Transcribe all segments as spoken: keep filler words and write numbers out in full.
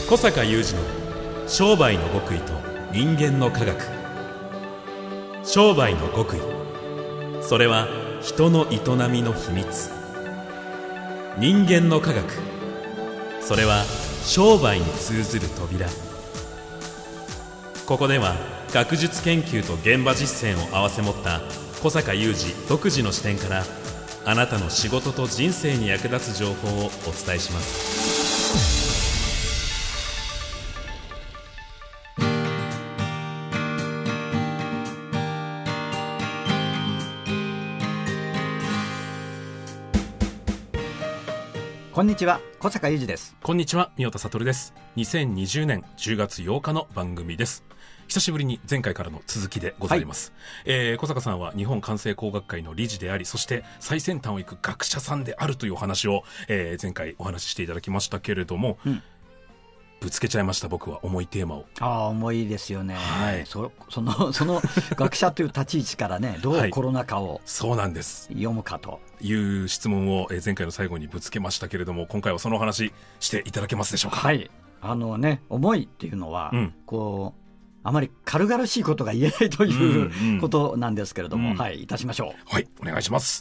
小坂雄二の商売の極意と人間の科学。商売の極意、それは人の営みの秘密。人間の科学、それは商売に通ずる扉。ここでは学術研究と現場実践を併せ持った小坂雄二独自の視点から、あなたの仕事と人生に役立つ情報をお伝えします。 こんにちは、小坂雄二です。 こんにちは、三代田悟です。にせんにじゅうねんじゅうがつようかの番組です。久しぶりに前回からの続きでございます、はいえー、小坂さんは日本関西工学会の理事であり、そして最先端を行く学者さんであるというお話を、えー、前回お話ししていただきましたけれども、うん、ぶつけちゃいました。僕は重いテーマを。 ああ、重いですよね、 はい、 そ, そのその学者という立ち位置からねどうコロナ禍を、はい、 そうなんです読むかという質問を前回の最後にぶつけましたけれども、今回はそのお話していただけますでしょうか。 はい、あのね、重いっていうのは、うん、こうあまり軽々しいことが言えないということなんですけれども、うんうん、はい、いたしましょう。 はい、お願いします。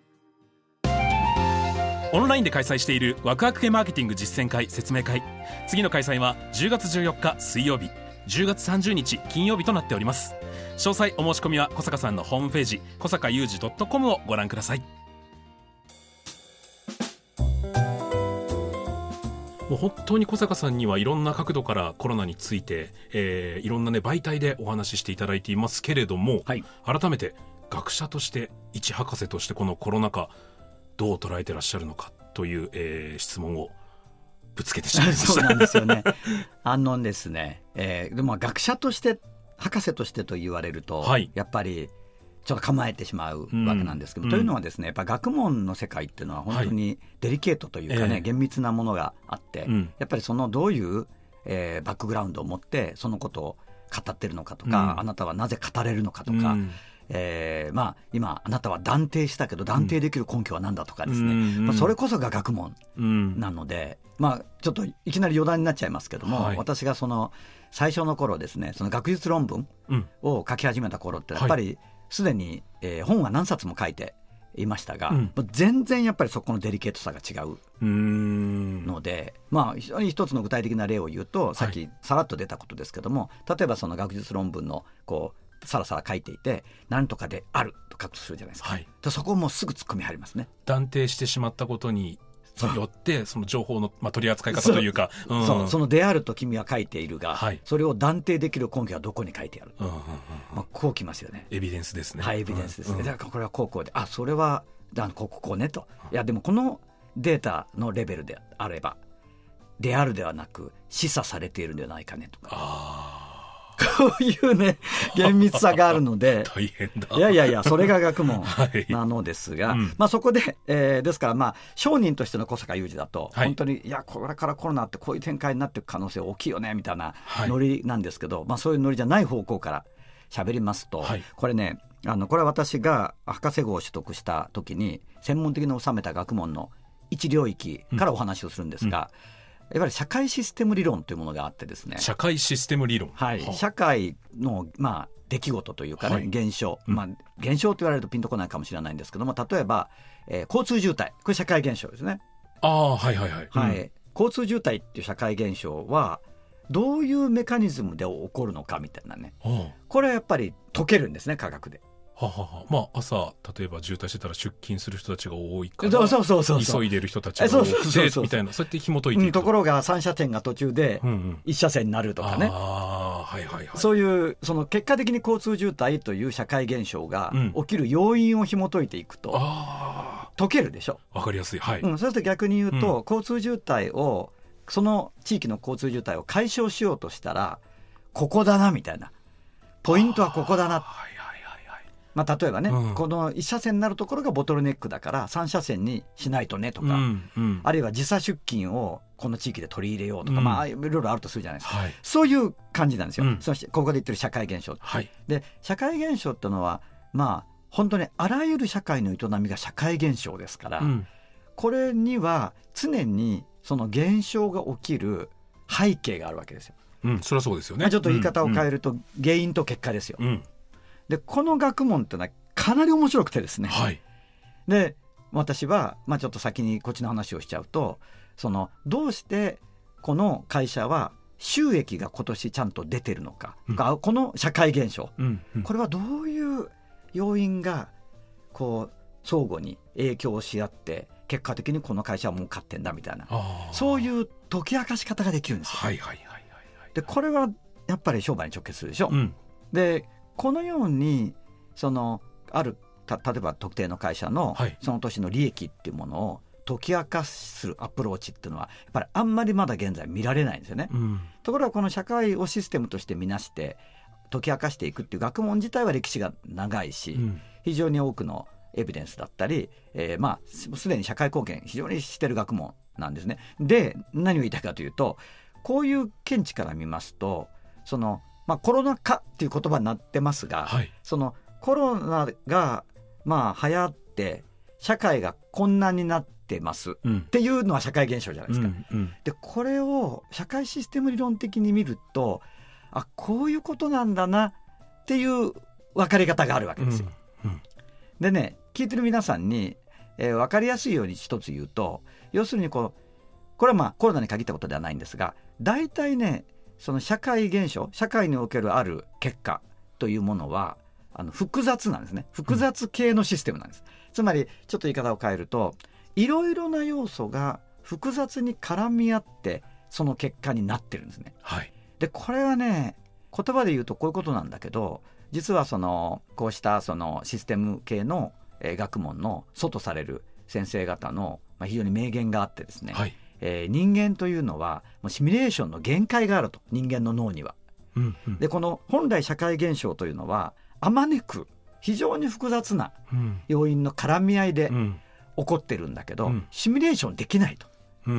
オンラインで開催しているワクワク系マーケティング実践会説明会、次の開催はじゅうがつじゅうよっか水曜日、じゅうがつさんじゅうにち金曜日となっております。詳細お申し込みは小坂さんのホームページ小坂雄二 .com をご覧ください。もう本当に小坂さんにはいろんな角度からコロナについて、えー、いろんな、ね、媒体でお話ししていただいていますけれども、はい、改めて学者として一博士としてこのコロナ禍どう捉えてらっしゃるのかという、えー、質問をぶつけてしまいました。 そうなんですよねあのですね、えー、でも学者として博士としてと言われると、はい、やっぱりちょっと構えてしまうわけなんですけど、うん、というのはですね、やっぱ学問の世界っていうのは本当にデリケートというかね、はい、厳密なものがあって、うん、やっぱりそのどういう、えー、バックグラウンドを持ってそのことを語ってるのかとか、うん、あなたはなぜ語れるのかとか、うんえーまあ、今あなたは断定したけど断定できる根拠は何だとかですね、うんまあ、それこそが学問なので、うんまあ、ちょっといきなり余談になっちゃいますけども、はい、私がその最初の頃ですね、その学術論文を書き始めた頃ってやっぱり、はいすでに、えー、本は何冊も書いていましたが、うん、全然やっぱりそこのデリケートさが違うので、まあ、非常に一つの具体的な例を言うと、さっきさらっと出たことですけども、はい、例えばその学術論文のこうさらさら書いていて何とかであると書くとするじゃないですか、はい、そこもすぐ突っ込み入りますね。 断定してしまったことによってその情報の、まあ、取り扱い方というか、 そう、うん、そうそのであると君は書いているが、はい、それを断定できる根拠はどこに書いてある、うんうんうんまあ、こうきますよね。 エビデンスですね。 はい、エビデンスですね、うん、だからこれはこうこうで、あそれはこうこうねと、いやでもこのデータのレベルであればであるではなく示唆されているんではないかねとか、あこういうね厳密さがあるので大変だ。 いやいやいや、それが学問なのですが、はいうんまあ、そこで、えー、ですからまあ商人としての小坂雄二だと、はい、本当にいやこれからコロナってこういう展開になっていく可能性大きいよねみたいなノリなんですけど、はいまあ、そういうノリじゃない方向から喋りますと、はい、これねあのこれは私が博士号を取得した時に専門的に収めた学問の一領域からお話をするんですが、うんうんいわゆる社会システム理論というものがあってですね。 社会システム理論、 はい、社会の、まあ、出来事というかね、はい、現象、まあ、現象と言われるとピンとこないかもしれないんですけども、例えば、えー、交通渋滞、これ社会現象ですね。 ああ、はいはいはい、 はいうん、交通渋滞っていう社会現象はどういうメカニズムで起こるのかみたいなね、これはやっぱり解けるんですね、科学で。 はははまあ、朝例えば渋滞してたら出勤する人たちが多いからそうそうそうそう急いでる人たちが多くてみたいな、そうやって紐解いていく、うん、 ところがさん車線が途中でいち車線になるとかね、うんうんあはいはいはい、 そういうその結果的に交通渋滞という社会現象が起きる要因を紐解いていくと、うん、あ解けるでしょ。 わかりやすい、はいうん、そうすると逆に言うと、うん、交通渋滞をその地域の交通渋滞を解消しようとしたらここだなみたいな、ポイントはここだな、はいまあ、例えばね、うん、このいち車線になるところがボトルネックだからさん車線にしないとねとか、うんうん、あるいは時差出勤をこの地域で取り入れようとか、うんまあ、いろいろあるとするじゃないですか、はい、そういう感じなんですよ、うん、そしてここで言ってる社会現象、はい、で社会現象っていうのはまあ本当にあらゆる社会の営みが社会現象ですから、うん、これには常にその現象が起きる背景があるわけですよ。 うん、それはそうですよね。 まあ、ちょっと言い方を変えると、原因と結果ですよ、 うん、 でこの学問ってのはかなり面白くてですね、 はい、 で私は、まあ、ちょっと先にこっちの話をしちゃうと、そのどうしてこの会社は収益が今年ちゃんと出てるのか、うん、この社会現象、うんうん、これはどういう要因がこう相互に影響し合って結果的にこの会社は儲かってんだみたいな、そういう解き明かし方ができるんですよ。 はいはいはいはい、 でこれはやっぱり商売に直結するでしょ、 うん、 でこのようにそのあるた例えば特定の会社のその年の利益っていうものを解き明かするアプローチっていうのはやっぱりあんまりまだ現在見られないんですよね、 うん、 ところがこの社会をシステムとして見なして解き明かしていくっていう学問自体は歴史が長いし、うん、非常に多くのエビデンスだったり、えー、まあすでに社会貢献非常にしてる学問なんですね。で何を言いたいかというと、こういう見地から見ますとその、まあ、コロナ禍っていう言葉になってますが、 はい、 そのコロナがまあ流行って社会が困難になってます、うん、っていうのは社会現象じゃないですか、 うんうん、 でこれを社会システム理論的に見ると、あこういうことなんだなっていう分かり方があるわけですよ、 うんうん、 でね聞いてる皆さんに、えー、分かりやすいように一つ言うと、要するにこうこれはまあコロナに限ったことではないんですが、大体ねその社会現象、社会におけるある結果というものはあの複雑なんですね。複雑系のシステムなんです、うん、つまりちょっと言い方を変えると、いろいろな要素が複雑に絡み合ってその結果になってるんですね、 はい、 でこれはね言葉で言うとこういうことなんだけど、実はそのこうしたそのシステム系の学問の祖とされる先生方の非常に名言があってですね、 はい、 えー、人間というのはもうシミュレーションの限界があると、人間の脳には、 うんうん、 でこの本来社会現象というのはあまねく非常に複雑な要因の絡み合いで起こってるんだけど、うん、シミュレーションできないと、 うん、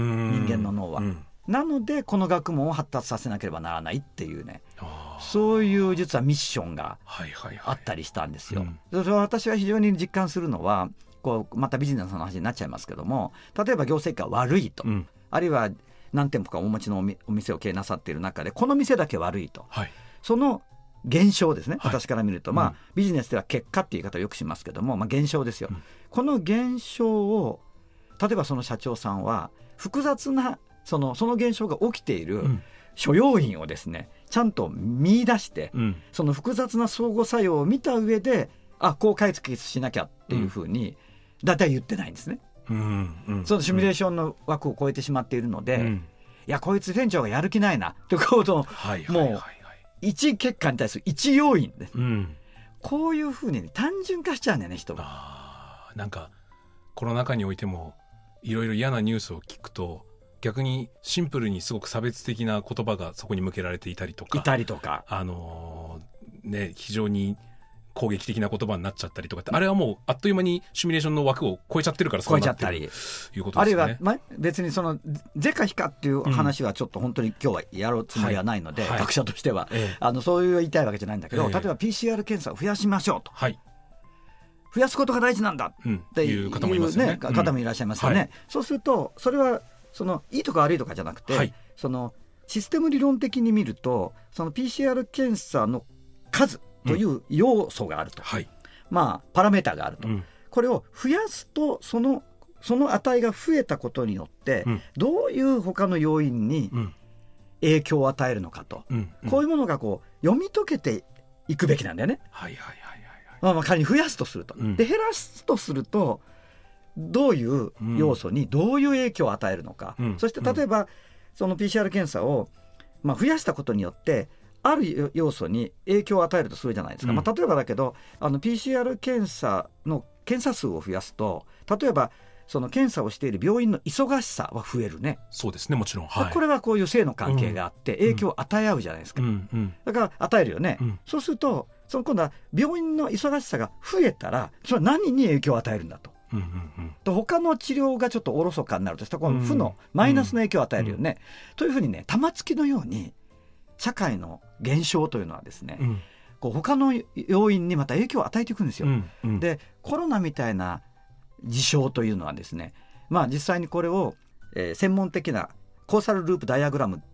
人間の脳は、うん、なのでこの学問を発達させなければならないっていうね、 あそういう実はミッションがあったりしたんですよ、 はいはいはい、 うん、それは私は非常に実感するのはこうまたビジネスの話になっちゃいますけども、例えば業績が悪いと、うん、あるいは何店舗かお持ちのお店を経営なさっている中でこの店だけ悪いと、 はい、 その現象ですね、 はい、 私から見ると、まあ、うん、ビジネスでは結果っていう言い方をよくしますけども、まあ、現象ですよ、うん、この現象を例えばその社長さんは複雑なその、その現象が起きている諸要因をですねちゃんと見出して、うん、その複雑な相互作用を見た上で、あこう解決しなきゃっていうふうにだいたい言ってないんですね、 うんうん、 そのシミュレーションの枠を超えてしまっているので、うん、いやこいつ店長がやる気ないなということを、はいはいはいはい、もう一結果に対する一要因で、うん、こういうふうに、ね、単純化しちゃうんだよね人が。 あなんかコロナ禍においてもいろいろ嫌なニュースを聞くと逆にシンプルにすごく差別的な言葉がそこに向けられていたりとかいたりとか、 あのーね、非常に攻撃的な言葉になっちゃったりとかって、あれはもうあっという間にシミュレーションの枠を超えちゃってるからそうなってるいうことですね。 あるいは、ま、別にその是か非かっていう話はちょっと本当に今日はやろうつもりはないので、うんはい、学者としては、ええ、あのそういう言いたいわけじゃないんだけど、ええ、例えば ピーシーアール 検査を増やしましょうと、 はい、 増やすことが大事なんだっていう、うん、方もいますよね、うん、方もいらっしゃいますよね、はい、そうするとそれはそのいいとか悪いとかじゃなくて、はい、そのシステム理論的に見るとその ピーシーアール 検査の数という要素があると、うんはい、まあパラメータがあると、うん、これを増やすとそのその値が増えたことによって、うん、どういう他の要因に影響を与えるのかと、うんうん、こういうものがこう読み解けていくべきなんだよね、 はいはいはいはい、 まあ、まあ仮に増やすとすると、うん、で減らすとするとどういう要素にどういう影響を与えるのか、うん、そして例えばその ピーシーアール 検査をまあ増やしたことによってある要素に影響を与えるとするじゃないですか、うんまあ、例えばだけどあの ピーシーアール 検査の検査数を増やすと例えばその検査をしている病院の忙しさは増えるね。 そうですねもちろん、はい、 これはこういう正の関係があって影響を与え合うじゃないですか、うんうん、だから与えるよね、うん、そうするとその今度は病院の忙しさが増えたらそれは何に影響を与えるんだと、うんうんうん、と他の治療がちょっとおろそかになるとしたらこの負のマイナスの影響を与えるよね、うんうん、というふうにね玉突きのように社会の現象というのはですね、うん、こう他の要因にまた影響を与えていくんですよ、うんうん、でコロナみたいな事象というのはですね、まあ、実際にこれを、えー、専門的なコーサルループダイアグラムっ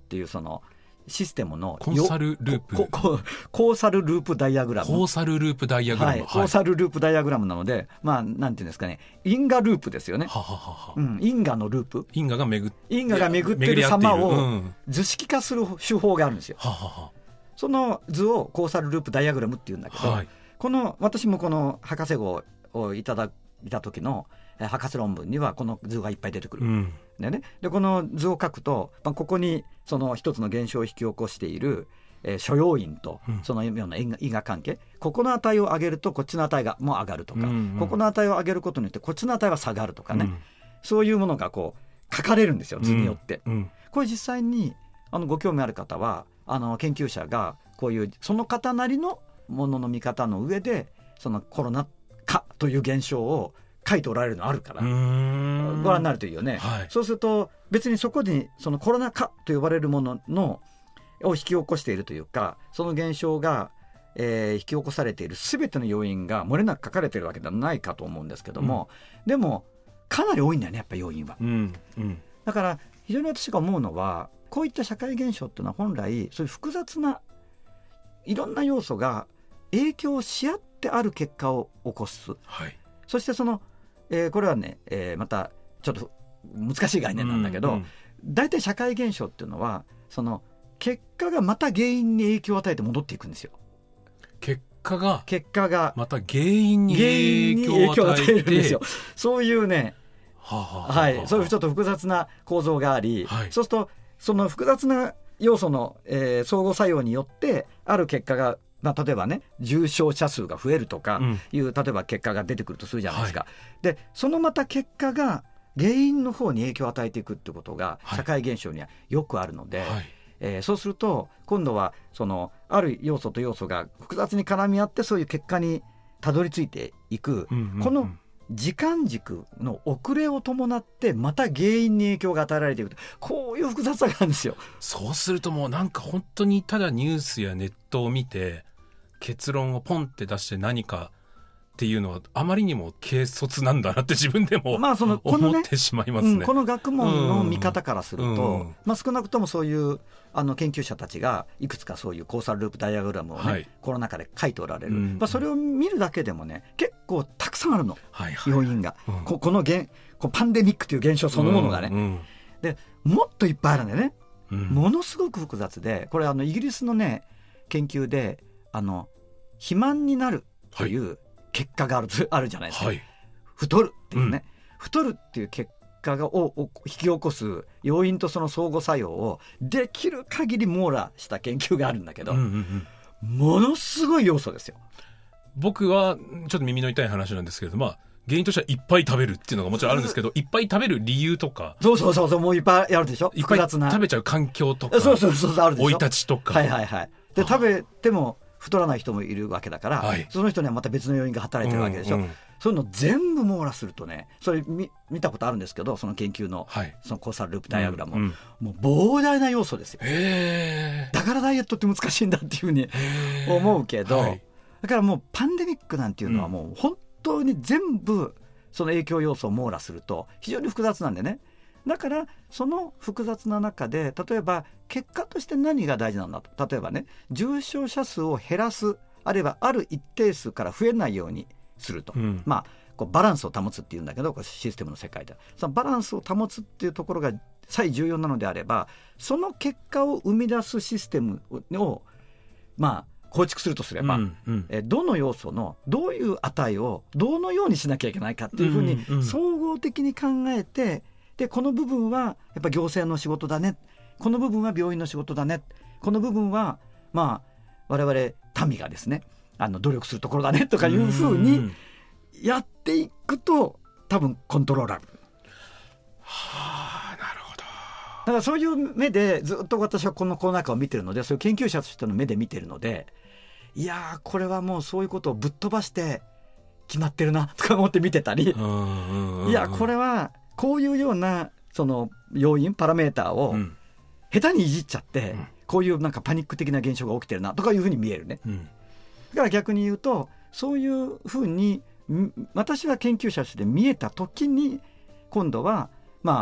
っていうそのシステムのコンサルループコココーサルループダイアグラムコーサルループダイアグラム、はいはい、コーサルループダイアグラムなので、まあなんていうんですかね、因果ループですよね。 はははは、 うん、因果のループ、 因果が巡って因果が巡ってる様をうん、 図式化する手法があるんですよ。 ははは、 その図をコーサルループダイアグラムっていうんだけど、はい、この私もこの博士号をいただいた時の博士論文にはこの図がいっぱい出てくる、うん、でね、でこの図を書くと、まあ、ここにその一つの現象を引き起こしている、えー、諸要因とそのような因果関係、うん、ここの値を上げるとこっちの値がもう上がるとか、うんうん、ここの値を上げることによってこっちの値は下がるとかね、うん、そういうものがこう書かれるんですよ、図によって、うんうん、これ実際にあのご興味ある方はあの研究者がこういうその方なりのものの見方の上でそのコロナ禍という現象を書いておられるのあるからご覧になるといいよね、はい、そうすると別にそこにそのコロナ禍と呼ばれるもののを引き起こしているというか、その現象が、えー、引き起こされている全ての要因が漏れなく書かれているわけではないかと思うんですけども、うん、でもかなり多いんだよね、やっぱり要因は、うんうん、だから非常に私が思うのはこういった社会現象っていうのは本来そういう複雑ないろんな要素が影響し合ってある結果を起こす、はい、そしてそのえー、これはね、えー、またちょっと難しい概念なんだけど、うんうん、大体社会現象っていうのはその結果がまた原因に影響を与えて戻っていくんですよ。 結果が結果がまた原因に影響を与えてるんですよ。 そういうね、はあはあはい、そういうちょっと複雑な構造があり、はい、そうするとその複雑な要素の、えー、相互作用によってある結果がまあ、例えばね重症者数が増えるとかいう、うん、例えば結果が出てくるとするじゃないですか、はい、でそのまた結果が原因の方に影響を与えていくってことが社会現象にはよくあるので、はいえー、そうすると今度はそのある要素と要素が複雑に絡み合ってそういう結果にたどり着いていく、うんうんうん、この時間軸の遅れを伴ってまた原因に影響が与えられていく、こういう複雑さがあるんですよ。 そうするともうなんか本当にただニュースやネットを見て結論をポンって出して何かっていうのはあまりにも軽率なんだなって自分でも、まあ、そのこのね、思ってしまいますね、うん、 この学問の見方からすると、うんまあ、少なくともそういうあの研究者たちがいくつかそういうコーサルループダイアグラムをね、はい、コロナ禍で書いておられる、うんまあ、それを見るだけでもね結構たくさんあるの、はいはい、要因が、うん、こ, この現こパンデミックという現象そのものがね、うんうん、でもっといっぱいあるんだよね、うん、ものすごく複雑で、これあのイギリスのね研究であの肥満になるという結果がある、はい、あるじゃないですか、はい、太るっていうね、うん、太るっていう結果がを引き起こす要因とその相互作用をできる限り網羅した研究があるんだけど、うんうんうん、ものすごい要素ですよ。 僕はちょっと耳の痛い話なんですけれども、まあ原因としてはいっぱい食べるっていうのがもちろんあるんですけど、いっぱい食べる理由とか、 そうそうそうそう、もういっぱいあるでしょ、複雑な食べちゃう環境とか、 そうそうそうそうあるでしょ、 生い立ちとか、 はいはいはい、で食べても太らない人もいるわけだから、はい、その人にはまた別の要因が働いてるわけでしょ、うんうん、そういうの全部網羅するとね、それ 見, 見たことあるんですけど、その研究 の,、はい、そのコーサルループダイアグラム、うんうん、もう膨大な要素ですよ。へだからダイエットって難しいんだっていうふうに思うけど、はい、だからもうパンデミックなんていうのはもう本当に全部その影響要素を網羅すると非常に複雑なんでね、だからその複雑な中で例えば結果として何が大事なんだと、例えばね重症者数を減らす、あるいはある一定数から増えないようにすると、うん、まあこうバランスを保つっていうんだけど、これシステムの世界ではそのバランスを保つっていうところが最重要なのであれば、その結果を生み出すシステムをまあ構築するとすれば、うんうん、えどの要素のどういう値をどのようにしなきゃいけないかっていうふうに総合的に考えて、でこの部分はやっぱ行政の仕事だね、この部分は病院の仕事だね、この部分はまあ我々民がですねあの努力するところだねとかいうふうにやっていくと多分コントローラブル。 はあ、なるほど。 だからそういう目でずっと私はこのコロナ禍を見てるので、そういう研究者としての目で見てるので、いやこれはもうそういうことをぶっ飛ばして決まってるなとか思って見てたり、いやこれはこういうようなその要因パラメーターを下手にいじっちゃって、うん、こういうなんかパニック的な現象が起きてるなとかいうふうに見えるね、うん、だから逆に言うとそういうふうに私は研究者として見えた時に今度はまあ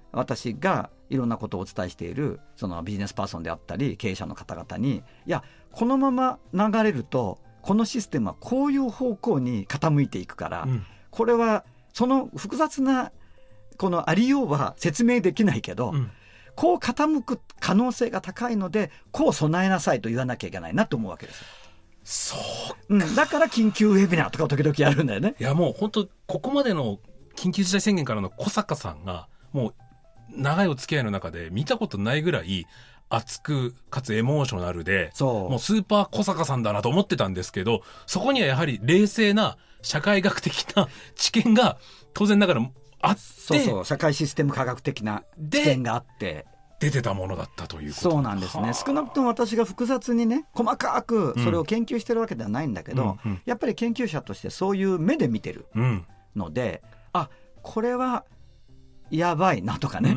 私がいろんなことをお伝えしているそのビジネスパーソンであったり経営者の方々に、いやこのまま流れるとこのシステムはこういう方向に傾いていくから、うん、これはその複雑なこのありようは説明できないけど、うん、こう傾く可能性が高いのでこう備えなさいと言わなきゃいけないなと思うわけです。 そうか、 うん、だから緊急ウェビナーとか時々やるんだよね。 いやもう本当ここまでの緊急事態宣言からの小坂さんがもう長いお付き合いの中で見たことないぐらい熱くかつエモーショナルで、もうスーパー小坂さんだなと思ってたんですけど、そこにはやはり冷静な社会学的な知見が当然ながらあって、 そうそう社会システム科学的な知見があって出てたものだったということ。 そうなんですね。少なくとも私が複雑にね細かくそれを研究してるわけではないんだけど、うんうん、やっぱり研究者としてそういう目で見てるので、うん、あこれはやばいなとかね、うん、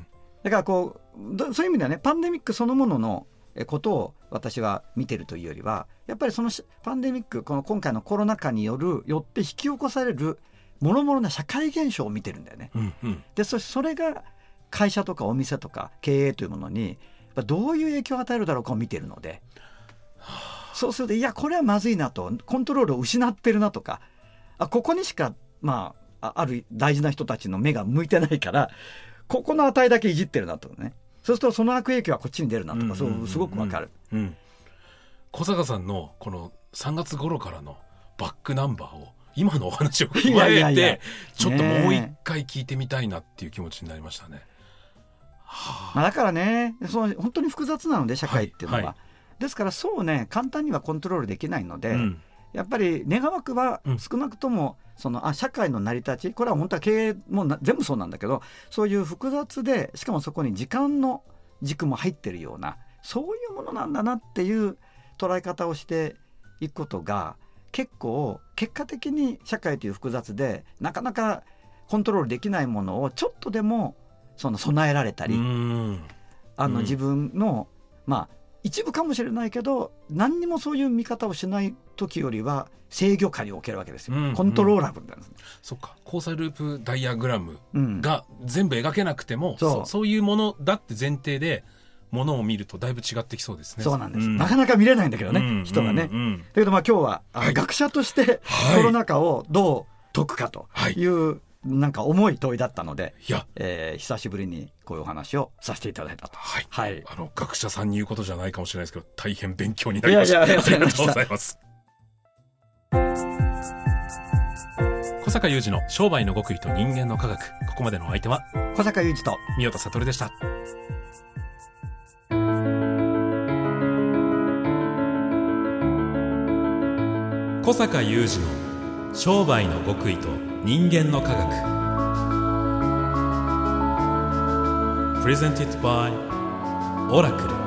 だからこうそういう意味ではねパンデミックそのもののことを私は見てるというよりは、やっぱりそのパンデミックこの今回のコロナ禍によるよって引き起こされるもろもろな社会現象を見てるんだよね、うんうん、で そ, それが会社とかお店とか経営というものにどういう影響を与えるだろうかを見てるので、そうするといやこれはまずいなと、コントロールを失ってるなとか、あここにしかまあある大事な人たちの目が向いてないからここの値だけいじってるなとね、そうするとその悪影響はこっちに出るなとか、そうすごくわかる、うんうん、 小坂さんのこのさんがつ頃からのバックナンバーを今のお話を踏まえていやいやいやちょっともう一回聞いてみたいなっていう気持ちになりましたね。 はあ、まあ、だからねその本当に複雑なので社会っていうのは、はいはい、ですからそうね簡単にはコントロールできないので、うん、やっぱり願わくは少なくとも、うんそのあ社会の成り立ち、これは本当は経営もな全部そうなんだけど、そういう複雑でしかもそこに時間の軸も入ってるようなそういうものなんだなっていう捉え方をしていくことが結構結果的に社会という複雑でなかなかコントロールできないものをちょっとでもその備えられたり、うんあの自分の、まあ一部かもしれないけど何にもそういう見方をしない時よりは制御下に置けるわけですよ、うんうん、コントローラブルなんですね。 そっか交際ループダイアグラムが全部描けなくても、うん、そ, そういうものだって前提でものを見るとだいぶ違ってきそうですね。 そうなんです、 うん、 なかなか見れないんだけどね、うん、人がね、うんうん、だけどまあ今日は、はい、学者としてコロナ禍をどう解くかという、はいなんか重い問いだったので、いや、えー、久しぶりにこういうお話をさせていただいたと、 はいはい、あの学者さんに言うことじゃないかもしれないですけど大変勉強になりました。いやいやありがとうございます。小坂雄二の商売の極意と人間の科学、ここまでのお相手は小坂雄二と三代田悟でした。小坂雄二の商売の極意と人間の科学 Presented by オラクル